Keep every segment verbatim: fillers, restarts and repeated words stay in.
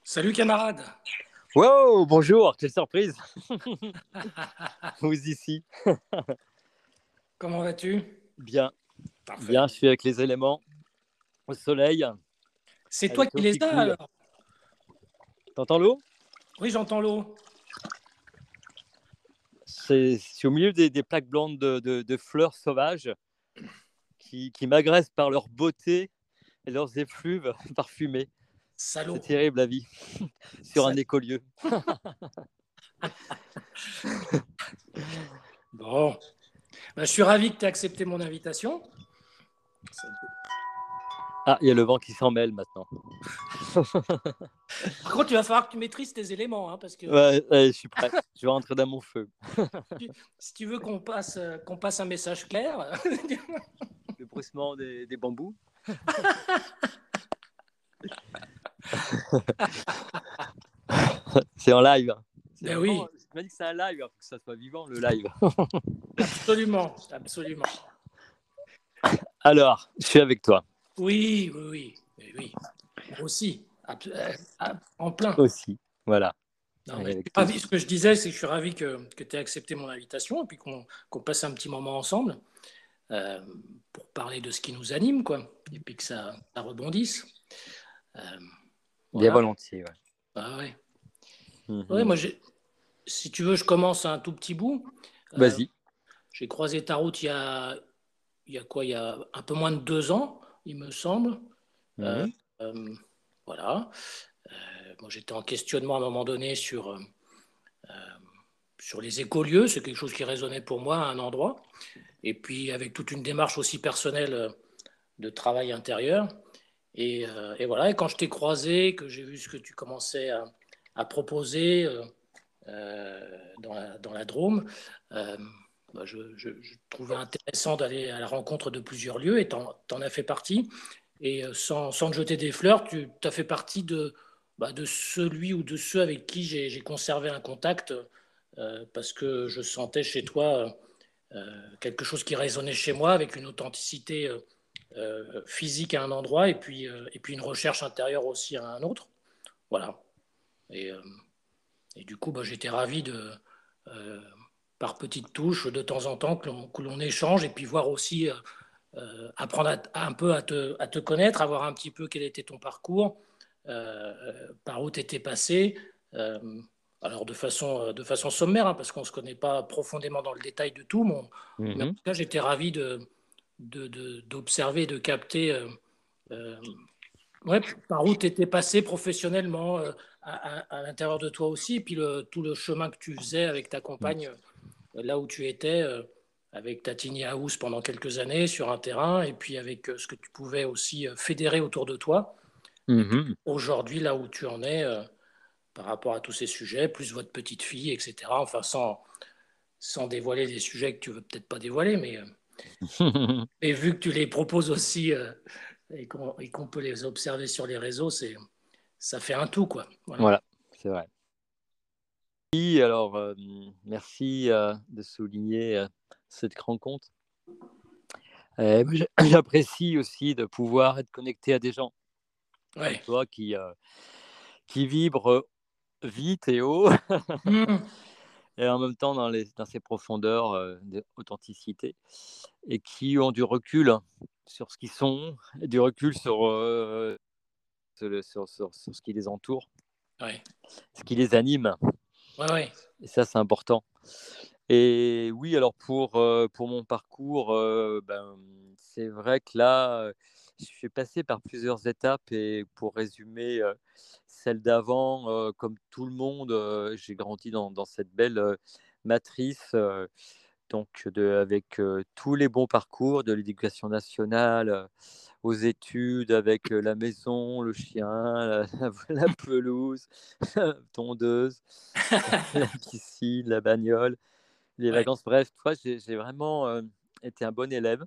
Salut camarade. Wow, bonjour, quelle surprise. Vous ici. Comment vas-tu? Bien, Parfait. bien, je suis avec les éléments, au soleil, C'est toi avec qui l'eau les qui as coule. alors? T'entends l'eau? Oui, j'entends l'eau. C'est, je suis au milieu des, des plaques blanches de, de- de fleurs sauvages qui, qui m'agressent par leur beauté et leurs effluves parfumés. C'est Salaud. terrible la vie sur un Salaud. écolieu. Bon. Ben, je suis ravi que tu aies accepté mon invitation. Ça me fait- Ah, il y a le vent qui s'en mêle maintenant. Par contre, il va falloir que tu maîtrises tes éléments, hein, parce que Ouais, ouais, je suis prêt, je vais rentrer dans mon feu. tu- si tu veux qu'on passe, euh, qu'on passe un message clair, Le bruissement des, des bambous. C'est en live. C'est ben vivant. oui, Tu m'as dit que c'est un live, il faut que ça soit vivant le live. absolument, absolument. Alors, je suis avec toi Oui, oui, oui, oui, oui. Moi aussi, ab- euh, ab- en plein. aussi. Voilà. Non, Et mais je avec suis ravi. Ce tous. que je disais, c'est que je suis ravi que, que tu aies accepté mon invitation et puis qu'on qu'on passe un petit moment ensemble euh, pour parler de ce qui nous anime, quoi. Et puis que ça, ça rebondisse. Euh, Bien voilà. volontiers. Ouais. Ah ouais. Ouais, Mhm. moi, j'ai- si tu veux, je commence un tout petit bout. Euh, Vas-y. j'ai croisé ta route il y a, il y a quoi? Il y a un peu moins de deux ans, il me semble. Euh, Mhm. euh, voilà. Euh, moi, j'étais en questionnement à un moment donné sur, euh, sur les écolieux. C'est quelque chose qui résonnait pour moi à un endroit. Et puis avec toute une démarche aussi personnelle euh, de travail intérieur. Et, euh, et voilà, et quand je t'ai croisé, que j'ai vu ce que tu commençais à, à proposer euh, euh, dans, la, dans la Drôme, euh, bah, je, je, je trouvais intéressant d'aller à la rencontre de plusieurs lieux, et t'en, t'en as fait partie. Et euh, sans, sans te jeter des fleurs, tu as fait partie de, bah, de celui ou de ceux avec qui j'ai, j'ai conservé un contact, euh, parce que je sentais chez toi euh, quelque chose qui résonnait chez moi avec une authenticité euh, euh, physique à un endroit et puis, euh, et puis une recherche intérieure aussi à un autre. Voilà. Et, euh, et du coup, bah, j'étais ravi de, euh, par petites touches, de temps en temps, que l'on, que l'on échange et puis voir aussi, euh, euh, apprendre à, à un peu à te, à te connaître, à voir un petit peu quel était ton parcours, euh, par où tu étais passé. Euh, alors de façon, euh, de façon sommaire, hein, parce qu'on ne se connaît pas profondément dans le détail de tout, mais, on- mais en Mhm. tout cas, j'étais ravi de, de, de- d'observer, de capter euh, euh, ouais, par où tu étais passé professionnellement, euh, à, à- à l'intérieur de toi aussi, et puis le, tout le chemin que tu faisais avec ta compagne, euh, là où tu étais, euh, avec ta tiny house pendant quelques années sur un terrain, et puis avec euh, ce que tu pouvais aussi euh, fédérer autour de toi. Et puis Mhm. aujourd'hui, là où tu en es, euh, par rapport à tous ces sujets, plus votre petite fille, et cetera. Enfin, sans, sans dévoiler des sujets que tu veux peut-être pas dévoiler, mais euh, et vu que tu les proposes aussi euh, et qu'on et qu'on peut les observer sur les réseaux, c'est ça fait un tout, quoi. Voilà. Voilà, c'est vrai. Oui, alors, euh, merci euh, de souligner euh, cette rencontre. Euh, moi, j'ai- j'apprécie aussi de pouvoir être connecté à des gens comme Ouais. toi qui, euh, qui vibrent vite et haut Mmh. et en même temps dans, les, dans ces profondeurs euh, d'authenticité et qui ont du recul sur ce qu'ils sont, et du recul sur, euh, sur, sur, sur, sur ce qui les entoure, Ouais. ce qui les anime. Ouais, ouais. Et ça, c'est important. Et oui, alors pour, euh, pour mon parcours, euh, ben, c'est vrai que là, euh, je suis passé par plusieurs étapes et pour résumer euh, celle d'avant, euh, comme tout le monde, euh, j'ai grandi dans, dans cette belle euh, matrice, euh, donc de, avec euh, tous les bons parcours de l'éducation nationale euh, aux études, avec euh, la maison, le chien, la, la- la pelouse, la tondeuse, la piscine, la bagnole, les Ouais. vacances. Bref, toi, j'ai j'ai vraiment euh, été un bon élève.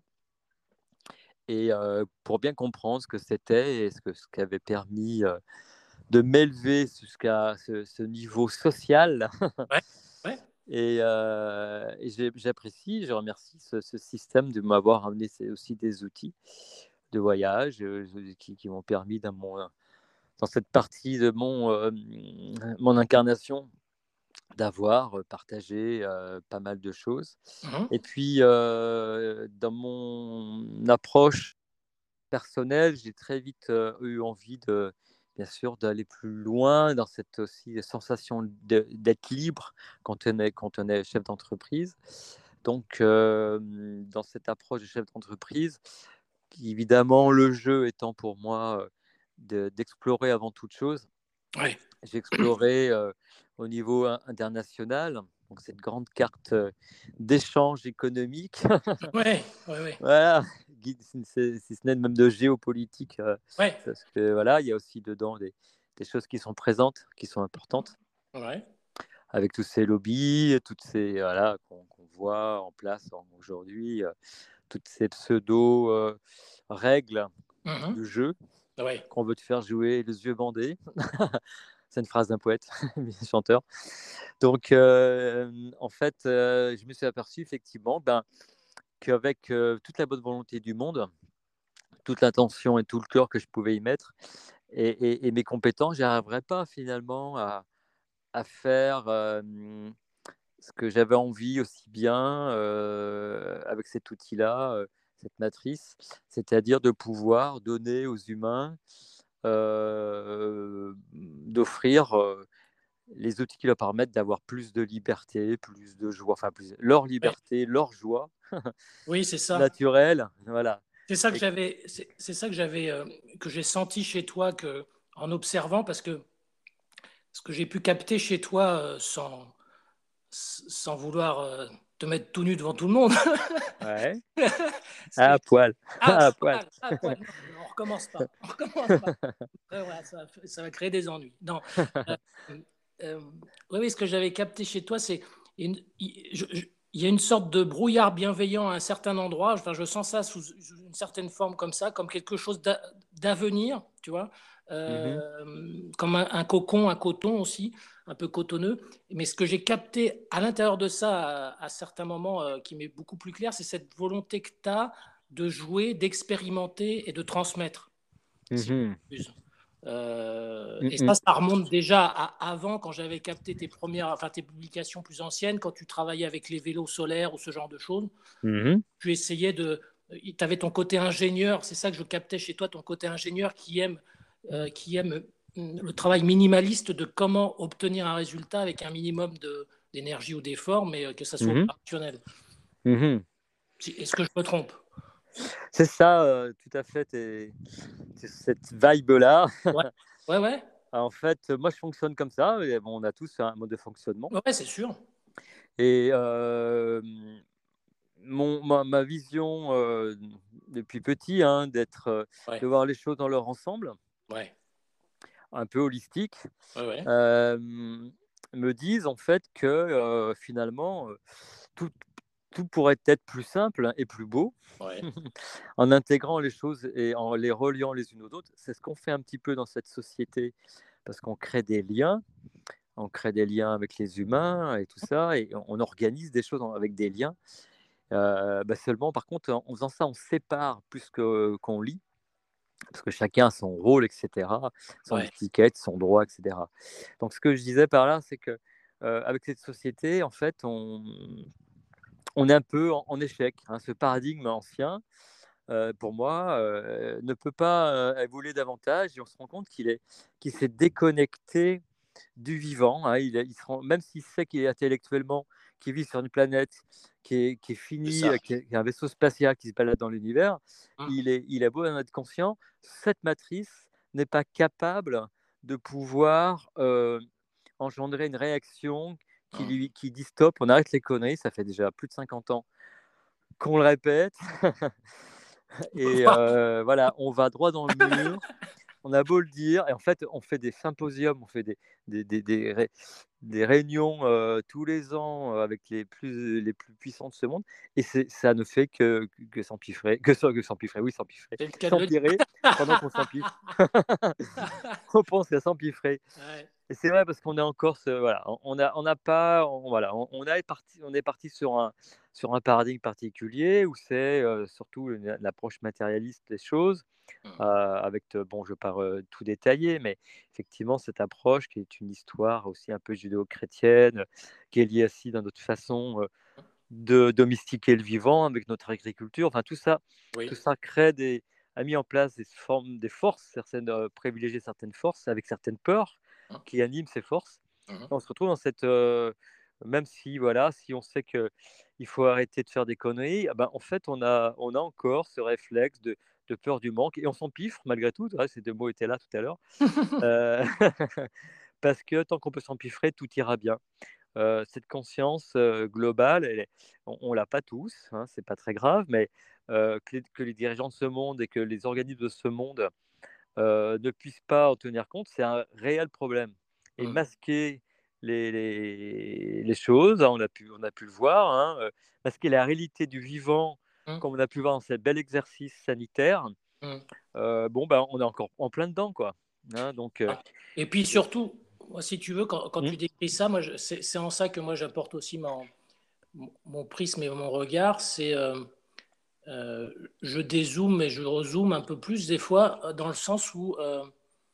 Et euh, pour bien comprendre ce que c'était et ce que ce qui avait permis euh, de m'élever jusqu'à ce, ce niveau social. Ouais. Ouais. Et, euh, et j'ai- j'apprécie, je remercie ce, ce système de m'avoir amené aussi des outils de voyage euh, qui, qui m'ont permis dans mon dans cette partie de mon, euh, mon incarnation, d'avoir euh, partagé euh, pas mal de choses. Mhm. Et puis, euh, dans mon approche personnelle, j'ai très vite euh, eu envie de, bien sûr, d'aller plus loin dans cette aussi sensation de- d'être libre quand on est, quand on est chef d'entreprise. Donc, euh, dans cette approche de chef d'entreprise, évidemment, le jeu étant pour moi euh, de- d'explorer avant toute chose, Ouais. j'ai exploré euh, au niveau in- international, donc cette grande carte euh, d'échange économique. Ouais, ouais, ouais. Voilà, guide- si si- si ce n'est même de géopolitique, euh, Ouais, parce que voilà, il y a aussi dedans des, des choses qui sont présentes, qui sont importantes, ouais. avec tous ces lobbies, toutes ces voilà qu'on qu'on voit en place en- aujourd'hui, euh, toutes ces pseudo euh, règles Mhm. du jeu Ouais. qu'on veut te faire jouer les yeux bandés. C'est une phrase d'un poète, chanteur. Donc, euh, en fait, euh, je me suis aperçu effectivement ben, qu'avec euh, toute la bonne volonté du monde, toute l'attention et tout le cœur que je pouvais y mettre, et, et- et mes compétences, j'arriverais pas finalement à, à faire euh, ce que j'avais envie aussi bien euh, avec cet outil-là, euh, cette matrice, c'est-à-dire de pouvoir donner aux humains, euh, d'offrir euh, les outils qui leur permettent d'avoir plus de liberté, plus de joie, enfin plus leur Ouais. liberté, leur joie Oui, c'est ça. naturelle, voilà. C'est ça que Et, j'avais, c'est c'est ça que j'avais, euh, que j'ai senti chez toi que, en observant, parce que ce que j'ai pu capter chez toi euh, sans, sans vouloir euh, te mettre tout nu devant tout le monde. ouais, Ce que à j'ai- poil, ah, à à poil. poil, à poil. Non, on recommence pas. On recommence pas. Après, voilà, ça, va- ça va créer des ennuis. Non. Euh, euh, oui, oui, ce que j'avais capté chez toi, c'est une- il je- je- il y a une sorte de brouillard bienveillant à un certain endroit. Enfin, je sens ça sous sous une certaine forme comme ça, comme quelque chose d'a- d'avenir, tu vois, Mhm, Euh, comme un, un cocon, un coton aussi, un peu cotonneux. Mais ce que j'ai capté à l'intérieur de ça, à, à certains moments, euh, qui m'est beaucoup plus clair, c'est cette volonté que tu as de jouer, d'expérimenter et de transmettre, si mhm, je m'excuse. Euh, et ça, mhm, ça remonte déjà à avant, quand j'avais capté tes premières, enfin tes publications plus anciennes, quand tu travaillais avec les vélos solaires ou ce genre de choses. mhm, Tu essayais de, tu avais ton côté ingénieur, c'est ça que je captais chez toi, ton côté ingénieur qui aime, euh, qui aime le travail minimaliste de comment obtenir un résultat avec un minimum de, d'énergie ou d'effort, mais euh, que ça soit mhm, opérationnel. mhm. Si- Est-ce que je me trompe? C'est ça, euh, tout à fait, t'es- c'est cette vibe-là. Ouais, ouais, ouais, En fait, moi, je fonctionne comme ça. Et bon, on a tous un mode de fonctionnement. ouais, c'est sûr. Et euh, mon, ma, ma vision euh, depuis petit, hein, d'être, euh, Ouais, de voir les choses dans leur ensemble, ouais, un peu holistique, ouais, ouais, euh, me disent en fait que euh, finalement, euh, tout, tout pourrait être plus simple et plus beau ouais. en intégrant les choses et en les reliant les unes aux autres. C'est ce qu'on fait un petit peu dans cette société parce qu'on crée des liens, on crée des liens avec les humains et tout ça, et on organise des choses avec des liens. Euh, bah seulement, par contre, en faisant ça, on sépare plus que, qu'on lit, parce que chacun a son rôle, et cetera, son Ouais. étiquette, son droit, et cetera. Donc, ce que je disais par là, c'est que euh, avec cette société, en fait, on, on est un peu en, en échec. Hein. Ce paradigme ancien, euh, pour moi, euh, ne peut pas euh, évoluer davantage, et on se rend compte qu'il est, qu'il s'est déconnecté du vivant. Hein. Il, il se rend, même s'il sait qu'il est intellectuellement, qu'il vit sur une planète qui est, qui est C'est finie, ça. euh, qui est, qui est un vaisseau spatial qui se balade dans l'univers, Hum, il est, il a beau en être conscient, cette matrice n'est pas capable de pouvoir euh, engendrer une réaction qui, hum. lui, qui dit stop, on arrête les conneries, ça fait déjà plus de cinquante ans qu'on le répète, et euh, voilà, on va droit dans le mur, on a beau le dire, et en fait, on fait des symposiums, on fait des, des, des, des, ré- des réunions euh, tous les ans euh, avec les plus, les plus puissants de ce monde, et c'est, ça ne fait que, que s'empiffrer, que, ça- que s'empiffrer, oui, s'empiffrer, C'est le cas de le dire. s'empirer pendant qu'on s'empiffre. On pense qu'à s'empiffrer. Ouais. Et c'est vrai parce qu'on est encore, ce, voilà, on n'a on n'a pas, on, voilà, on, on est parti, on est parti sur un, sur un paradigme particulier où c'est euh, surtout une, l'approche matérialiste des choses, Mmh. euh, avec, de- bon, je ne vais pas euh, tout détailler, mais effectivement, cette approche qui est une histoire aussi un peu judéo-chrétienne, qui est liée aussi dans notre façon euh, de domestiquer le vivant avec notre agriculture. Enfin, tout ça, tout Oui. ça crée des, a mis en place des formes, des forces, certaines, euh, privilégier certaines forces avec certaines peurs Mmh. qui animent ces forces. Mmh. Et on se retrouve dans cette, euh, même si voilà, si on sait que il faut arrêter de faire des conneries, ah ben, en fait, on a, on a encore ce réflexe de, de peur du manque et on s'empiffre malgré tout. Ouais, ces deux mots étaient là tout à l'heure. Euh, parce que tant qu'on peut s'empiffrer, tout ira bien. Euh, cette conscience euh, globale, elle est- on ne l'a pas tous, hein, c'est pas très grave, mais euh, que, les, que les dirigeants de ce monde et que les organismes de ce monde euh, ne puissent pas en tenir compte, c'est un réel problème. Et Mmh. masquer les, les, les choses, hein, on, a pu, on a pu le voir, hein, euh, masquer la réalité du vivant, Mmh. comme on a pu voir dans ce bel exercice sanitaire, Mmh. euh, bon, ben, on est encore en plein dedans, quoi. Hein, donc, euh, Ah. Et puis surtout, moi, si tu veux, quand, quand hmm, tu décris ça, moi, je- c'est c'est en ça que moi j'apporte aussi mon, mon mon prisme et mon regard. C'est euh, euh, je dézoome et je rezoome un peu plus des fois, euh, dans le sens où euh,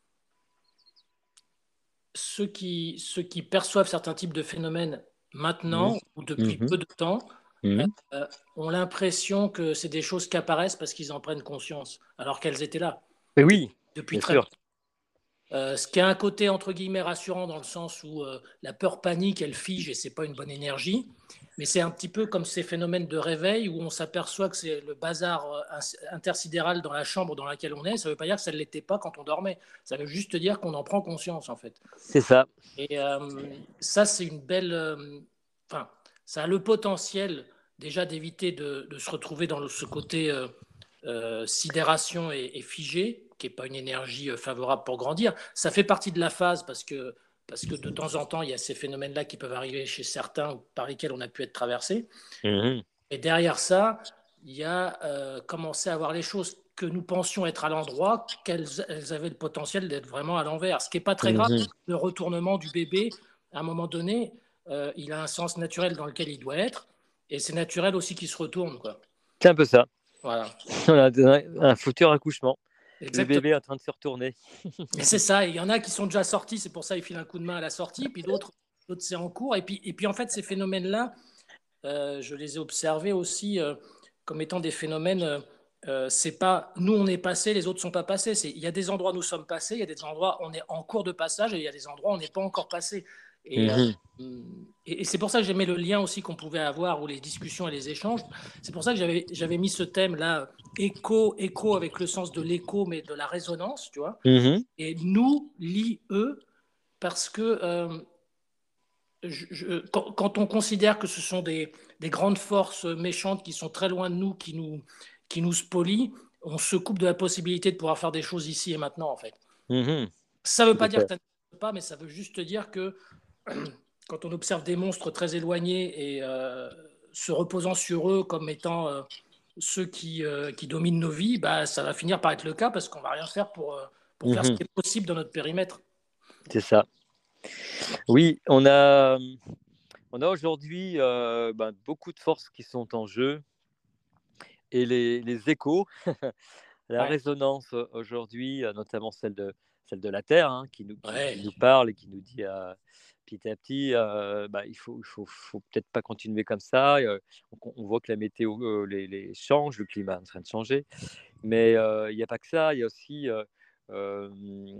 ceux qui, ceux qui perçoivent certains types de phénomènes hmm, maintenant ou depuis mhm, peu de temps euh, hmm. euh, ont l'impression que c'est des choses qui apparaissent parce qu'ils en prennent conscience, alors qu'elles étaient là Mais de- oui, depuis bien très longtemps. sûr. Euh, ce qui a un côté entre guillemets rassurant dans le sens où euh, la peur panique, elle fige et c'est pas une bonne énergie. Mais c'est un petit peu comme ces phénomènes de réveil où on s'aperçoit que c'est le bazar euh, intersidéral dans la chambre dans laquelle on est. Ça ne veut pas dire que ça ne l'était pas quand on dormait. Ça veut juste dire qu'on en prend conscience en fait. C'est ça. Et euh, ça, c'est une belle. euh, Enfin, ça a le potentiel déjà d'éviter de, de se retrouver dans le- ce côté euh, euh, sidération et, et figé, qui n'est pas une énergie euh, favorable pour grandir. Ça fait partie de la phase parce que, parce que de temps en temps, il y a ces phénomènes-là qui peuvent arriver chez certains ou par lesquels on a pu être traversé. Mhm, Et derrière ça, il y a euh, commencé à voir les choses que nous pensions être à l'endroit, qu'elles elles avaient le potentiel d'être vraiment à l'envers. Ce qui n'est pas très grave. mhm. Le retournement du bébé, à un moment donné, euh, il a un sens naturel dans lequel il doit être. Et c'est naturel aussi qu'il se retourne, quoi. C'est un peu ça. Voilà. On a un un futur accouchement. Le Exactement. bébé est en train de se retourner. Et c'est ça. Il y en a qui sont déjà sortis, c'est pour ça qu'ils filent un coup de main à la sortie. Puis d'autres, d'autres c'est en cours. Et puis, et puis en fait, ces phénomènes-là, euh, je les ai observés aussi euh, comme étant des phénomènes. Euh, euh, c'est pas nous on est passé, les autres sont pas passés. C'est, il y a des endroits où nous sommes passés, il y a des endroits où on est en cours de passage et il y a des endroits où on n'est pas encore passé. Et, euh, Mhm, et, et c'est pour ça que j'aimais le lien aussi qu'on pouvait avoir ou les discussions et les échanges. C'est pour ça que j'avais, j'avais mis ce thème là, écho, écho avec le sens de l'écho, mais de la résonance, tu vois. mhm, Et nous, lie eux, parce que euh, je, je, quand, quand, on considère que ce sont des, des, grandes forces méchantes qui sont très loin de nous, qui nous, qui nous spolient, on se coupe de la possibilité de pouvoir faire des choses ici et maintenant, en fait. mhm. Ça ne veut Tout à pas dire que fait. ça ne pas, mais ça veut juste dire que quand on observe des monstres très éloignés et euh, se reposant sur eux comme étant euh, ceux qui, euh, qui dominent nos vies, bah, ça va finir par être le cas parce qu'on ne va rien faire pour, euh, pour faire ce Mhm, qui est possible dans notre périmètre. c'est ça. Oui, on a, on a aujourd'hui euh, ben, beaucoup de forces qui sont en jeu et les, les échos, la Ouais, résonance euh, aujourd'hui, euh, notamment celle de, celle de la Terre, hein, qui, nous, qui, qui ouais. nous parle et qui nous dit euh, petit à petit, euh, bah, il faut, il faut, faut peut-être pas continuer comme ça. Euh, on, on voit que la météo euh, les, les change, le climat est en train de changer. Mais euh, il n'y a pas que ça, il y a aussi, euh, euh,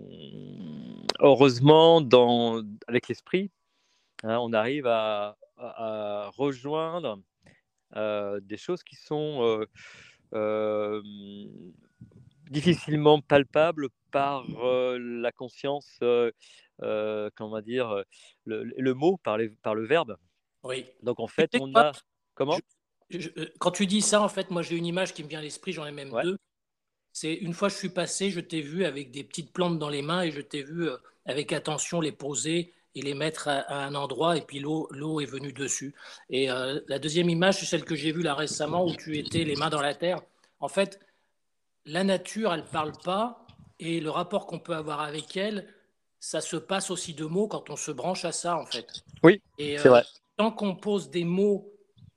heureusement, dans, avec l'esprit, hein, on arrive à, à, à rejoindre euh, des choses qui sont euh, euh, difficilement palpables par euh, la conscience, euh, euh, comment dire, le, le mot, par, les, par le verbe. Oui. Donc en Tu fait, sais on quoi, a... je- Comment? je- euh, quand tu dis ça, en fait, moi j'ai une image qui me vient à l'esprit, j'en ai même Ouais. deux. C'est une fois je suis passé, je t'ai vu avec des petites plantes dans les mains et je t'ai vu euh, avec attention les poser et les mettre à, à un endroit et puis l'eau l'eau est venue dessus. Et euh, la deuxième image, c'est celle que j'ai vue là récemment où tu étais les mains dans la terre. En fait, la nature, elle parle pas et le rapport qu'on peut avoir avec elle, ça se passe aussi de mots quand on se branche à ça en fait. Oui, Et c'est euh, vrai. tant qu'on pose des mots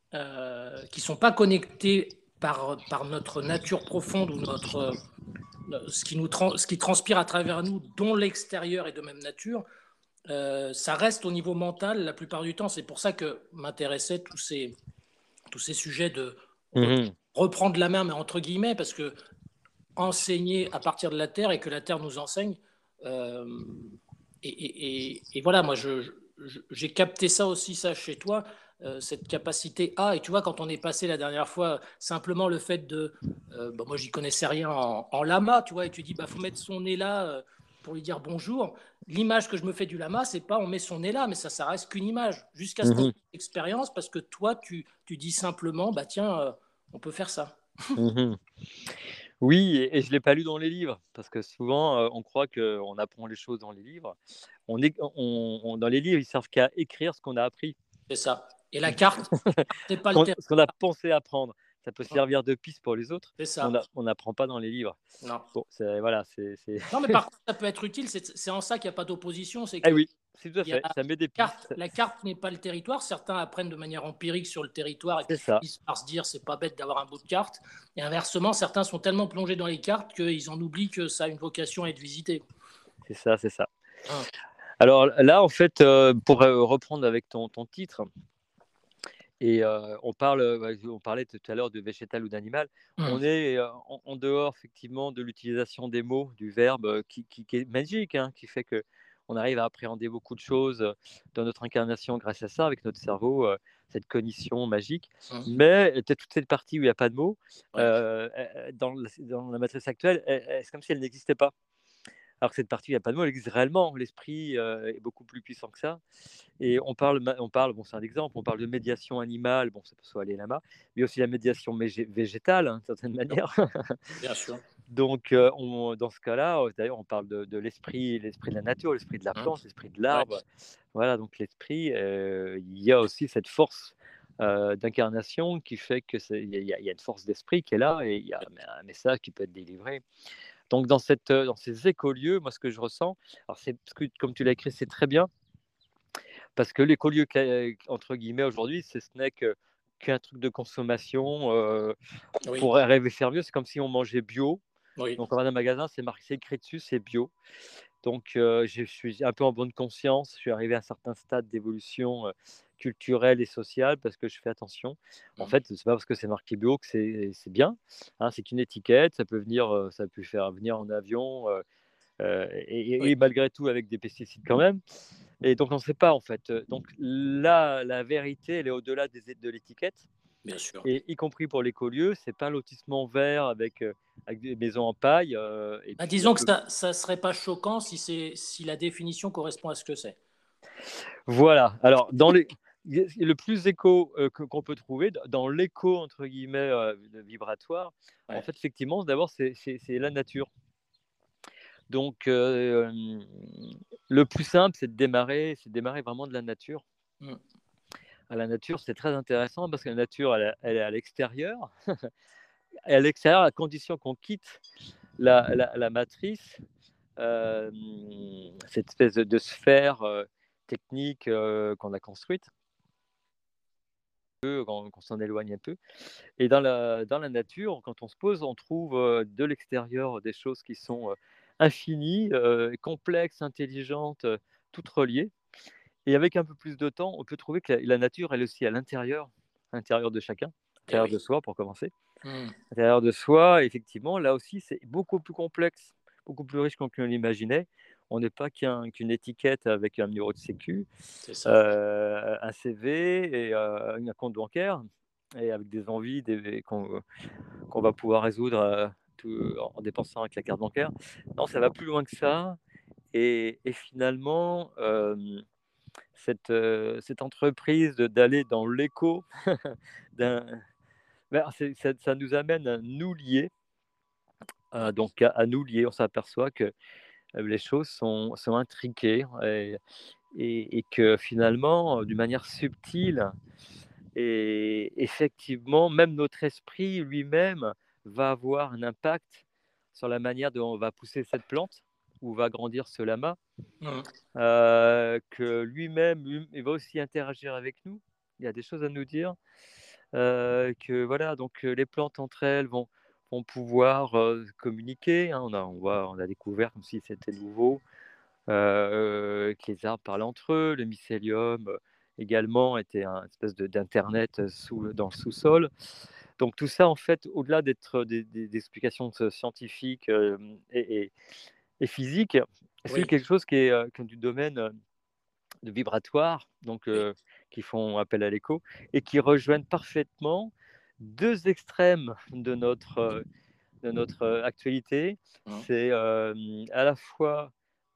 euh, qui sont pas connectés par, par notre nature profonde ou notre, euh, ce, qui nous trans, ce qui transpire à travers nous, dont l'extérieur est de même nature, euh, ça reste au niveau mental la plupart du temps. C'est pour ça que m'intéressaient tous ces, tous ces sujets de Mhm. reprendre la main, mais entre guillemets, parce que enseigner à partir de la terre et que la terre nous enseigne. Euh, et, et, et, et, voilà, moi, je, je, j'ai capté ça aussi, ça chez toi, euh, cette capacité à. Et tu vois, quand on est passé la dernière fois, simplement le fait de. Euh, bon, moi, j'y connaissais rien en, en lama, tu vois, et tu dis, bah, faut mettre son nez là euh, pour lui dire bonjour. L'image que je me fais du lama, c'est pas on met son nez là, mais ça, ça reste qu'une image, jusqu'à ce qu'on ait Mhm. une expérience, parce que toi, tu, tu dis simplement, bah, tiens, euh, on peut faire ça. Mhm. Oui, et, et je ne l'ai pas lu dans les livres, parce que souvent, euh, on croit qu'on apprend les choses dans les livres. On est, on, on- dans les livres, ils servent qu'à écrire ce qu'on a appris, C'est ça. Et la carte, c'est pas ce le qu'on, terrain. ce qu'on a pensé apprendre. Ça peut servir de piste pour les autres, C'est mais ça. on n'apprend pas dans les livres. Non. Bon, c'est, voilà, c'est, c'est... Non, mais par contre, ça peut être utile. C'est c'est en ça qu'il n'y a pas d'opposition. C'est Eh que oui, c'est tout à il y a, fait, ça met des carte, pistes, la carte n'est pas le territoire. Certains apprennent de manière empirique sur le territoire et c'est puis ça, finissent par se dire c'est pas bête d'avoir un bout de carte. Et inversement, certains sont tellement plongés dans les cartes qu'ils en oublient que ça a une vocation à être visité. c'est ça, c'est ça. Hein. Alors là, en fait, euh, pour euh, reprendre avec ton, ton titre, et euh, on, parle, euh, on parlait tout à l'heure de végétal ou d'animal. Hum. On est euh, en, en dehors effectivement de l'utilisation des mots, du verbe euh, qui, qui- qui est magique, hein, qui fait que on arrive à appréhender beaucoup de choses euh, dans notre incarnation grâce à ça, avec notre cerveau, euh, cette cognition magique. Hum. Mais peut-être toute cette partie où il n'y a pas de mots, Ouais. euh, euh, dans, la- dans la matrice actuelle, elle- elle- c'est comme si elle n'existait pas. Alors que cette partie où il n'y a pas de mots, elle existe réellement. L'esprit euh, est beaucoup plus puissant que ça. Et on parle, on parle, bon, c'est un exemple, on parle de médiation animale, bon, ça peut soit les lamas, mais aussi la médiation végétale, hein, d'une certaine manière. Bien sûr. Donc, euh, on, dans ce cas-là, euh, d'ailleurs, on parle de, de l'esprit, l'esprit de la nature, l'esprit de la Hum. plante, l'esprit de Ouais. l'arbre. Voilà, donc l'esprit, euh, il y a aussi cette force euh, d'incarnation qui fait que c'est, il y, a, il y a une force d'esprit qui est là et il y a un message qui peut être délivré. Donc, dans, cette, dans ces écolieux, moi, ce que je ressens, alors c'est parce que, comme tu l'as écrit, c'est très bien, parce que l'écolieu, entre guillemets, aujourd'hui, ce n'est que, qu'un truc de consommation. Euh, Oui. pour rêver faire mieux, c'est comme si on mangeait bio. Oui. Donc, on va dans un magasin, c'est marqué, c'est écrit dessus, c'est bio. Donc, euh, je suis un peu en bonne conscience. Je suis arrivé à un certain stade d'évolution euh, culturelle et sociale parce que je fais attention. En Hum. fait, c'est pas parce que c'est marqué bio que c'est, c'est bien. Hein, c'est une étiquette. Ça peut venir, euh, ça peut faire venir en avion. Euh, euh, et, Oui. et, malgré tout avec des pesticides quand même. Et donc on ne sait pas en fait. Donc là, la vérité, elle est au-delà des, de l'étiquette, Bien sûr. et y compris pour l'écolieu, c'est pas un lotissement vert avec, euh, avec des maisons en paille. Euh, et Bah, puis un disons que peu. ça ne serait pas choquant si, c'est, si la définition correspond à ce que c'est. Voilà. Alors dans les le plus écho euh, que, qu'on peut trouver dans l'écho entre guillemets euh, vibratoire, en Ouais. fait effectivement d'abord c'est, c'est, c'est la nature. Donc euh, le plus simple c'est de démarrer, c'est de démarrer vraiment de la nature. Hum. À la nature, c'est très intéressant parce que la nature, elle, elle est à l'extérieur. Et à l'extérieur, à condition qu'on quitte la, la, la matrice, euh, cette espèce de, de sphère euh, technique euh, qu'on a construite, qu'on, qu'on s'en éloigne un peu. Et dans la, dans la nature, quand on se pose, on trouve euh, de l'extérieur des choses qui sont euh, infinies, euh, complexes, intelligentes, euh, toutes reliées. Et avec un peu plus de temps, on peut trouver que la, la nature, elle aussi à l'intérieur, à l'intérieur de chacun, à Eh l'intérieur oui. de soi pour commencer. Hum. À l'intérieur de soi, effectivement, là aussi, c'est beaucoup plus complexe, beaucoup plus riche qu'on ne l'imaginait. On n'est pas qu'un, qu'une étiquette avec un numéro de sécu, C'est ça. euh, un C V et euh, un compte bancaire, et avec des envies des, qu'on, qu'on va pouvoir résoudre euh, tout, en dépensant avec la carte bancaire. Non, ça va plus loin que ça. Et, et finalement, euh, cette, euh, cette entreprise de, d'aller dans l'écho d'un, ben, c'est, ça, ça nous amène à nous lier. Ouais. Euh, donc à, à nous lier, on s'aperçoit que euh, les choses sont, sont intriquées et, et, et que finalement, euh, d'une manière subtile, et effectivement, même notre esprit lui-même va avoir un impact sur la manière dont on va pousser cette plante ou va grandir ce lama, Hum. euh, que lui-même, lui, il va aussi interagir avec nous. Il y a des choses à nous dire. euh, que voilà, donc euh, les plantes entre elles vont, vont pouvoir euh, communiquer. Hein. On a, on voit, on a découvert comme si c'était nouveau euh, que les arbres parlent entre eux. Le mycélium euh, également était un espèce de, d'internet sous, dans le sous-sol. Donc tout ça, en fait, au-delà d'être des, des- des explications euh, scientifiques euh, et, et- et physiques, c'est Oui, quelque chose qui est, euh, qui est du domaine euh, de vibratoire, donc oui, euh, qui font appel à l'écho et qui rejoignent parfaitement deux extrêmes de notre, euh, de notre euh, actualité. hein, C'est euh, à la fois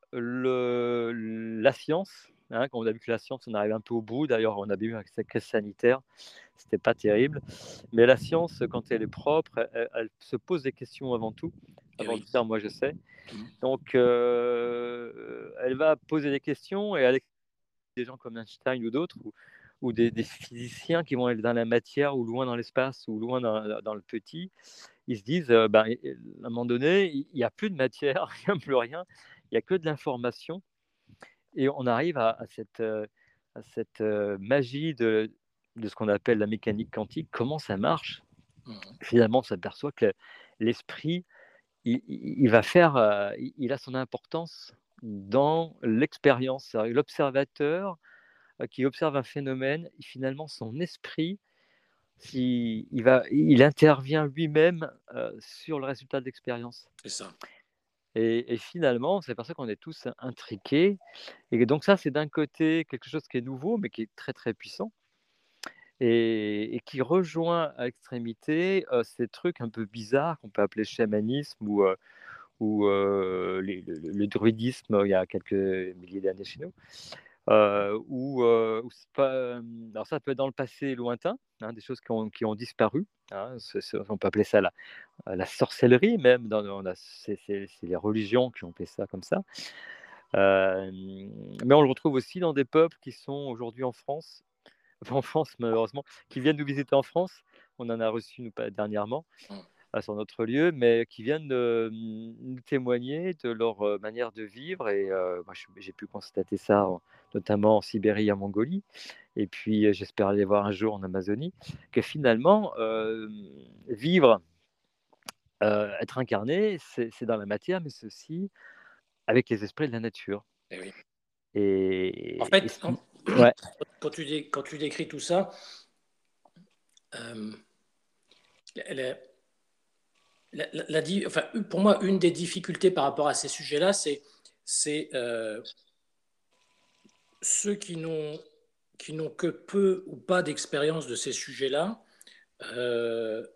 le, la science. Hein, quand on a vu que la science, on arrive un peu au bout. D'ailleurs, on a vu avec cette crise sanitaire, c'était pas terrible. Mais la science, quand elle est propre, elle, elle se pose des questions avant tout. eh Avant de oui. dire, moi, je sais. Mm. Donc, euh, elle va poser des questions et avec des gens comme Einstein ou d'autres, ou, ou des, des, physiciens qui vont être dans la matière ou loin dans l'espace ou loin dans, dans le petit, ils se disent, euh, ben, à un moment donné, il n'y a plus de matière, il n'y a plus rien, il n'y a que de l'information. Et on arrive à, à cette, euh, à cette euh, magie de, de ce qu'on appelle la mécanique quantique, comment ça marche. Mm. Finalement, on s'aperçoit que l'esprit, il, il va faire, euh, il a son importance dans l'expérience. L'observateur euh, qui observe un phénomène, finalement, son esprit, si, il, va, il intervient lui-même euh, sur le résultat de l'expérience. C'est ça. Et, et finalement, c'est pour ça qu'on est tous intriqués. Et donc ça, c'est d'un côté quelque chose qui est nouveau, mais qui est très très puissant, et, et qui rejoint à l'extrémité euh, ces trucs un peu bizarres qu'on peut appeler chamanisme ou, euh, ou euh, les- le, le druidisme il y a quelques milliers d'années chez nous. Euh, ou, euh, ou c'est pas, euh, alors ça peut être dans le passé lointain, hein, des choses qui ont, qui ont disparu. Hein, c'est- c'est- on peut appeler ça la, la sorcellerie même. Dans, on a- c'est, c'est- c'est les religions qui ont fait ça comme ça. Euh, mais on le retrouve aussi dans des peuples qui sont aujourd'hui en France, enfin en France malheureusement, qui viennent nous visiter en France. On en a reçu nous, pas- dernièrement Mm. euh, sur notre lieu, mais qui viennent euh, nous témoigner de leur euh, manière de vivre. Et euh, moi, je- j'ai pu constater ça, en- notamment en Sibérie, en Mongolie. Et puis, euh, j'espère aller voir un jour en Amazonie, que finalement, euh, vivre, euh, être incarné, c'est c'est dans la matière, mais c'est aussi avec les esprits de la nature. Eh oui. En Et, et fait, ce en- qui- ouais. quand tu, dé- quand tu décris tout ça, euh, la, la- la- la di- enfin, pour moi, une des difficultés par rapport à ces sujets-là, c'est c'est, euh, ceux qui n'ont qui n'ont que peu ou pas d'expérience de ces sujets-là. euh,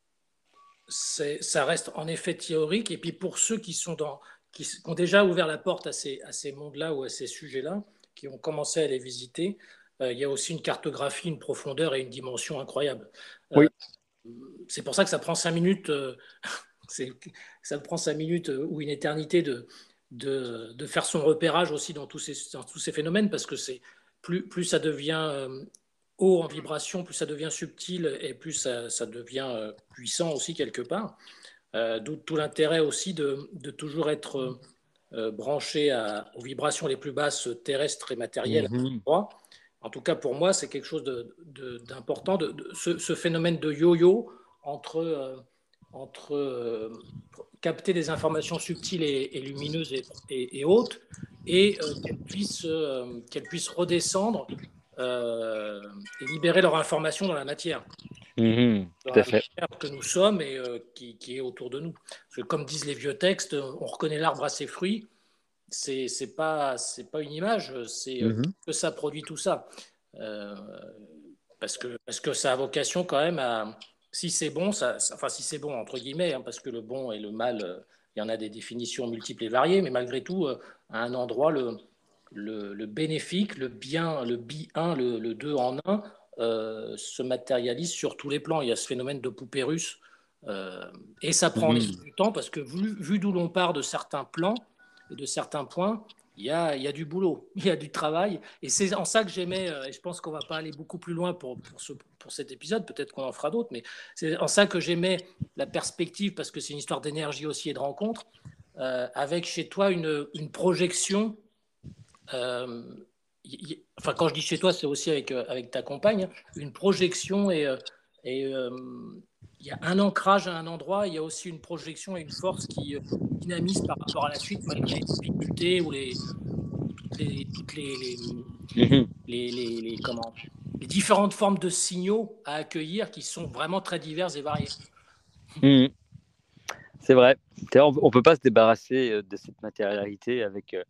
c'est- ça reste en effet théorique. Et puis pour ceux qui sont dans, qui, s- qui ont déjà ouvert la porte à ces, à ces mondes-là ou à ces sujets-là, qui ont commencé à les visiter, euh, il y a aussi une cartographie, une profondeur et une dimension incroyable. Euh, Oui. c'est pour ça que ça prend cinq minutes, euh, c'est, ça prend cinq minutes euh, ou une éternité de, de, de faire son repérage aussi dans tous ces, dans tous ces phénomènes, parce que c'est plus, plus ça devient euh, haut en vibration, plus ça devient subtil et plus ça, ça devient euh, puissant aussi quelque part. Euh, D'où tout l'intérêt aussi de, de toujours être euh, branché à- aux vibrations les plus basses terrestres et matérielles. Mhm. En tout cas, pour moi, c'est quelque chose de- de- d'important, de, de- ce, ce phénomène de yo-yo entre, euh, entre euh, capter des informations subtiles et, et lumineuses et, et- et hautes, et euh, qu'elles puissent, euh, qu'elles puissent redescendre euh, et libérer leur information dans la matière, Mhm. dans Tout à la fait. matière que nous sommes et euh, qui, qui est autour de nous. Parce que comme disent les vieux textes, on reconnaît l'arbre à ses fruits. C'est c'est pas c'est pas une image, c'est euh, Mhm. que ça produit tout ça. Euh, parce que parce que ça a vocation quand même à, si c'est bon, ça, ça- enfin si c'est bon entre guillemets, hein, parce que le bon et le mal, euh, il y en a des définitions multiples et variées, mais malgré tout, euh, à un endroit, le, le, le bénéfique, le bien, le bi un, le, le deux en un, euh, se matérialise sur tous les plans. Il y a ce phénomène de poupée russe. euh, et ça prend en effet Mhm. du temps parce que vu, vu d'où l'on part de certains plans et de certains points, il y a, il y a du boulot, il y a du travail. Et c'est en ça que j'aimais, euh, et je pense qu'on va pas aller beaucoup plus loin pour, pour, ce, pour cet épisode, peut-être qu'on en fera d'autres, mais c'est en ça que j'aimais la perspective, parce que c'est une histoire d'énergie aussi et de rencontre, euh, avec chez toi une, une projection. euh, y- y- enfin, quand je dis chez toi, c'est aussi avec, euh, avec ta compagne, une projection et, euh, Et euh, il y a un ancrage à un endroit, il y a aussi une projection et une force qui euh, dynamise par rapport à la suite, malgré les difficultés ou les, toutes les, toutes les, les, Mhm. les, les, les- comment, les différentes formes de signaux à accueillir qui sont vraiment très diverses et variées. Mhm. C'est vrai. On ne peut pas se débarrasser euh, de cette matérialité avec, euh,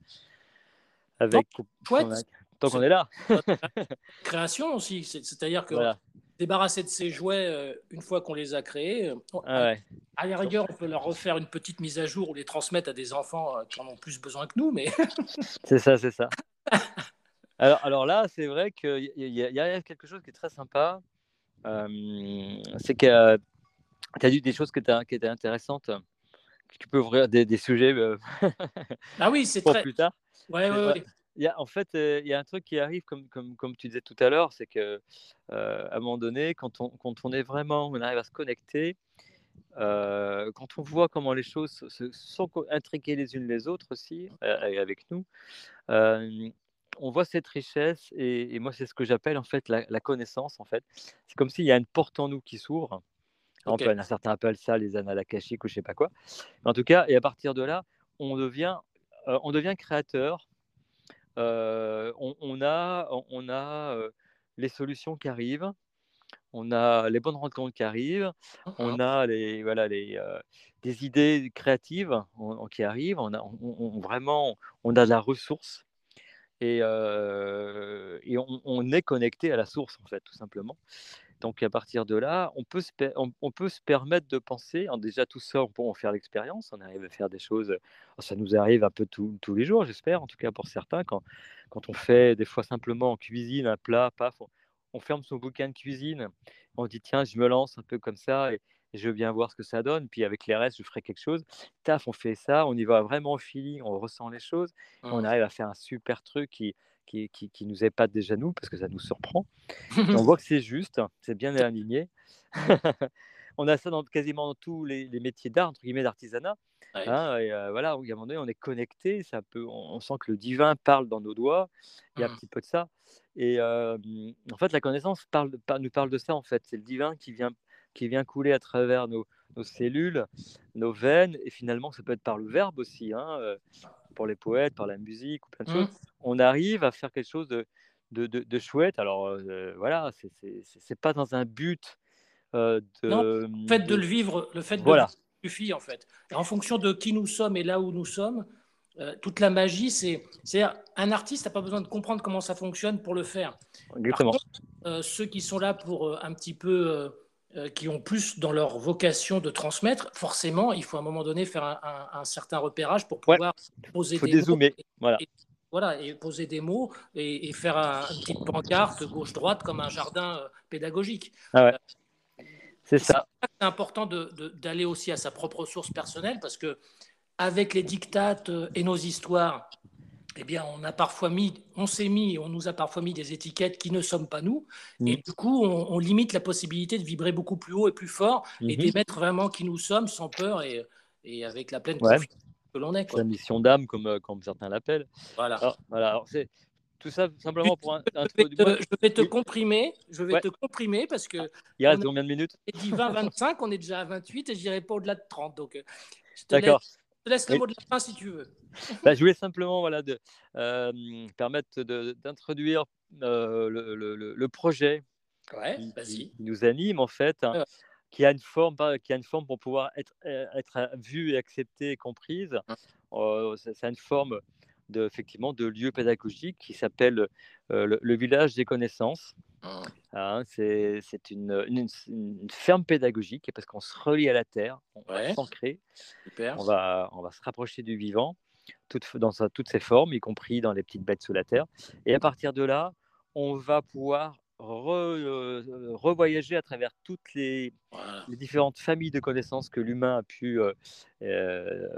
Non, avec chouette, qu'on a- tant qu'on c'est est là. création aussi, c'est- c'est-à-dire que Voilà. débarrasser de ces jouets euh, une fois qu'on les a créés, euh, Ah à, ouais. à la rigueur, on peut leur refaire une petite mise à jour ou les transmettre à des enfants euh, qui en ont plus besoin que nous, mais C'est ça, c'est ça. Alors, alors là, c'est vrai qu'il y, y, y a quelque chose qui est très sympa. Euh, c'est que tu as dit des choses qui étaient, qui étaient intéressantes. Tu peux ouvrir des, des sujets euh, ah oui, c'est pour très. plus tard. Ouais, C'est, ouais, ouais. ouais. Il y a, en fait, euh, il y a un truc qui arrive, comme, comme, comme tu disais tout à l'heure, c'est que euh, à un moment donné, quand on, quand on est vraiment, on arrive à se connecter, euh, quand on voit comment les choses se, se sont co- intriquées les unes les autres aussi, euh, avec nous, euh, on voit cette richesse et, et moi, c'est ce que j'appelle en fait la, la connaissance. En fait, c'est comme s'il y a une porte en nous qui s'ouvre. On Ok. peut, certains appellent ça les annales akashiques ou je sais pas quoi. Mais en tout cas, et à partir de là, on devient, euh, on devient créateur. Euh, on, on a, on a euh, les solutions qui arrivent, on a les bonnes rencontres qui arrivent, Mhm. on a les, voilà, les, euh, des idées créatives on- on- qui arrivent, on a, on, on- vraiment, on a de la ressource et, euh, et on, on est connecté à la source, en fait, tout simplement. Donc, à partir de là, on peut se, per- on, on peut se permettre de penser, alors déjà tout ça, on peut en faire l'expérience, on arrive à faire des choses, ça nous arrive un peu tous tous les jours, j'espère, en tout cas pour certains, quand, quand on fait des fois simplement en cuisine un plat, paf, on, on ferme son bouquin de cuisine, on dit tiens, je me lance un peu comme ça et, et je veux bien voir ce que ça donne, puis avec les restes, je ferai quelque chose. Taf, on fait ça, on y va vraiment au feeling, on ressent les choses, et on Mhm. arrive à faire un super truc qui, qui, qui, qui nous épate déjà nous, parce que ça nous surprend. Et on voit que c'est juste, c'est bien aligné. On a ça dans quasiment dans tous les, les métiers d'art, entre guillemets, d'artisanat. Ouais. Hein, et euh, voilà, où il y a un moment donné, on est connecté, ça peut, on, on sent que le divin parle dans nos doigts. Il y a un Mhm. petit peu de ça. Et euh, en fait, la connaissance parle, par- nous parle de ça. En fait, c'est le divin qui vient, qui vient couler à travers nos, nos cellules, nos veines. Et finalement, ça peut être par le verbe aussi, hein, euh, pour les poètes, par la musique ou plein de choses. Mhm. On arrive à faire quelque chose de, de, de, de chouette. Alors euh, voilà, c'est, c'est, c'est c'est pas dans un but euh, Non, de, le fait de de, le vivre, le fait de le voilà, vivre suffit en fait. Et en fonction de qui nous sommes et là où nous sommes, euh, toute la magie, c'est, c'est un artiste n'a pas besoin de comprendre comment ça fonctionne pour le faire. Par exactement. contre, euh, ceux qui sont là pour euh, un petit peu, euh, euh, qui ont plus dans leur vocation de transmettre, forcément, il faut à un moment donné faire un, un- un certain repérage pour Ouais, pouvoir il poser faut des mots. dézoomer. Et, Voilà. et- voilà, et poser des mots et, et faire un- une petite pancarte gauche-droite comme un jardin euh, pédagogique. Ah ouais, c'est Et c'est ça. important de, de, d'aller aussi à sa propre source personnelle parce que avec les dictates euh, et nos histoires, eh bien, on a parfois mis, on s'est mis, on nous a parfois mis des étiquettes qui ne sommes pas nous, et Mhm. du coup, on, on limite la possibilité de vibrer beaucoup plus haut et plus fort et Mhm. d'émettre vraiment qui nous sommes sans peur et, et avec la pleine Ouais, confiance que l'on est, sa quoi. mission d'âme, comme, euh, comme certains l'appellent. Voilà. Alors, voilà, alors c'est tout ça simplement pour un- Je vais introduire. te, Moi, je vais te oui, comprimer, je vais ouais. te comprimer parce que Il on reste a combien de minutes? dit vingt vingt-cinq, on est déjà à vingt-huit et j'irai pas au-delà de trente. Donc, euh, je te laisse, D'accord. je te laisse le Oui. mot de la fin si tu veux. Bah, je voulais simplement voilà, de, euh, permettre de- d'introduire euh, le, le- le- le projet Ouais, qui, qui- vas-y. qui nous anime en fait, hein, Ouais, qui a une forme, pas- qui a une forme pour pouvoir être, euh, être vue et acceptée et comprise. Euh, ça, ça a une forme de, effectivement, de lieu pédagogique qui s'appelle euh, le, le village des connaissances. ouais. Hein, c'est c'est une, une- une ferme pédagogique parce qu'on se relie à la terre, on va Ouais, s'ancrer, super. on va, on va se rapprocher du vivant toutes, dans sa- toutes ses formes, y compris dans les petites bêtes sous la terre. Et à partir de là, on va pouvoir re, euh, revoyager à travers toutes les, Voilà. les différentes familles de connaissances que l'humain a pu euh, euh,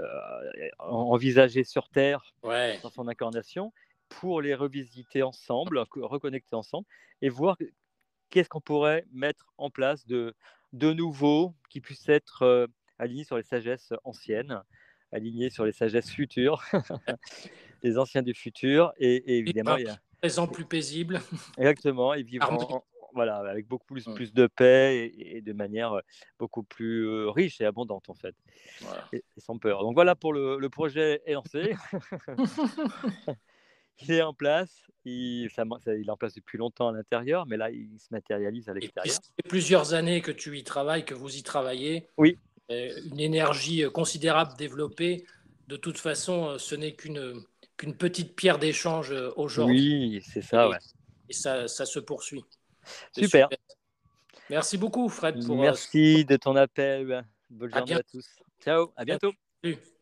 envisager sur Terre Ouais. dans son incarnation pour les revisiter ensemble, reconnecter ensemble et voir qu'est-ce qu'on pourrait mettre en place de, de nouveau qui puisse être euh, aligné sur les sagesses anciennes, aligné sur les sagesses futures, les anciens du futur, et, et évidemment, Un il y a, présent plus paisible, exactement, et vivre en, harmonieux. en- voilà, avec beaucoup plus Mmh. plus de paix et et de manière, heu, beaucoup plus, heu, riche et abondante, en fait Voilà. et et sans peur. Donc voilà pour le le projet est lancé. Il est en place, il ça ma ça il est en place depuis longtemps à l'intérieur, mais là, il se matérialise à Et puis ça l'extérieur. fait plusieurs années que tu y travailles, que vous y travaillez, Oui, heu, une énergie, heu, considérable développée. De toute façon, heu, ce n'est qu'une, qu'une petite pierre d'échange, heu, aujourd'hui oui, c'est ça, et ouais. et ça ça se poursuit. C'est Super. super. Merci beaucoup Fred pour, heu, ce Merci de ton appel. Bonne à journée à bientôt. tous. Ciao, à bientôt. Salut.